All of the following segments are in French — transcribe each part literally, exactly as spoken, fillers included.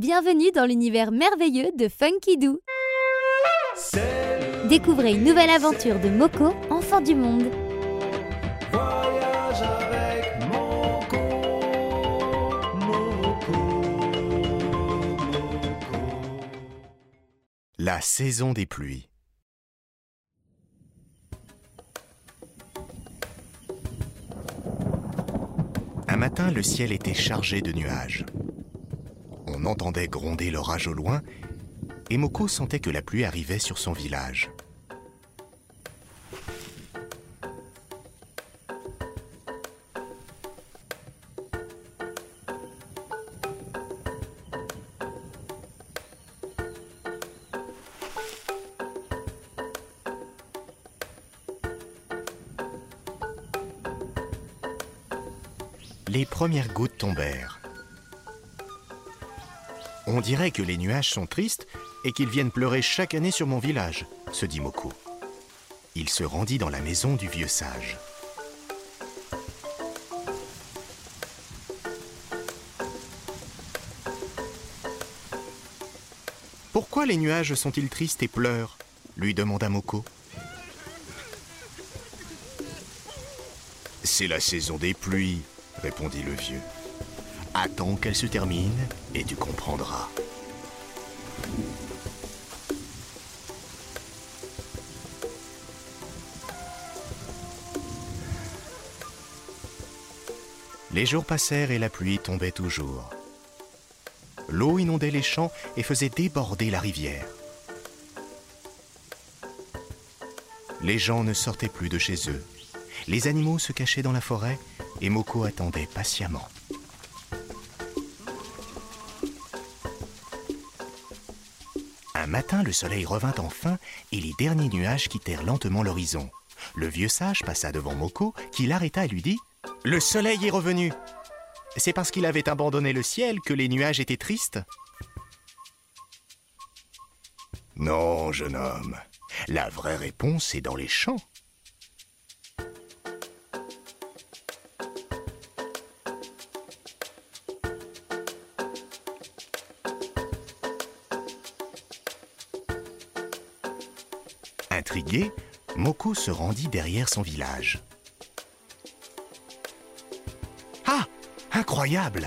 Bienvenue dans l'univers merveilleux de Funky Doo. Découvrez une nouvelle aventure de Moko, enfant du monde. Voyage avec Moko, Moko, Moko. La saison des pluies. Un matin, le ciel était chargé de nuages. On entendait gronder l'orage au loin et Moko sentait que la pluie arrivait sur son village. Les premières gouttes tombèrent. On dirait que les nuages sont tristes et qu'ils viennent pleurer chaque année sur mon village, se dit Moko. Il se rendit dans la maison du vieux sage. Pourquoi les nuages sont-ils tristes et pleurent ? Lui demanda Moko. C'est la saison des pluies, répondit le vieux. Attends qu'elle se termine et tu comprendras. Les jours passèrent et la pluie tombait toujours. L'eau inondait les champs et faisait déborder la rivière. Les gens ne sortaient plus de chez eux. Les animaux se cachaient dans la forêt et Moko attendait patiemment. Un matin, le soleil revint enfin et les derniers nuages quittèrent lentement l'horizon. Le vieux sage passa devant Moko, qui l'arrêta et lui dit « Le soleil est revenu !» C'est parce qu'il avait abandonné le ciel que les nuages étaient tristes ? Non, jeune homme. La vraie réponse est dans les champs. Intrigué, Moko se rendit derrière son village. Ah! Incroyable!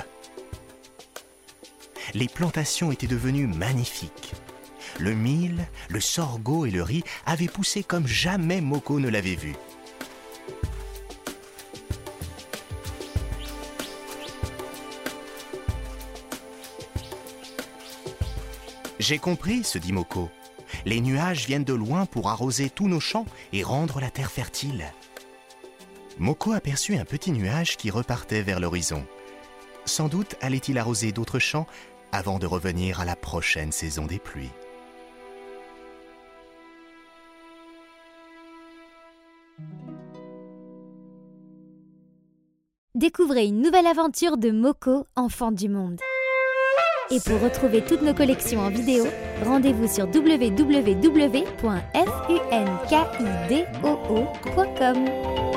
Les plantations étaient devenues magnifiques. Le mil, le sorgho et le riz avaient poussé comme jamais Moko ne l'avait vu. J'ai compris, se dit Moko. Les nuages viennent de loin pour arroser tous nos champs et rendre la terre fertile. Moko aperçut un petit nuage qui repartait vers l'horizon. Sans doute allait-il arroser d'autres champs avant de revenir à la prochaine saison des pluies. Découvrez une nouvelle aventure de Moko, enfant du monde. Et pour retrouver toutes nos collections en vidéo, rendez-vous sur w w w point funkidoo point com.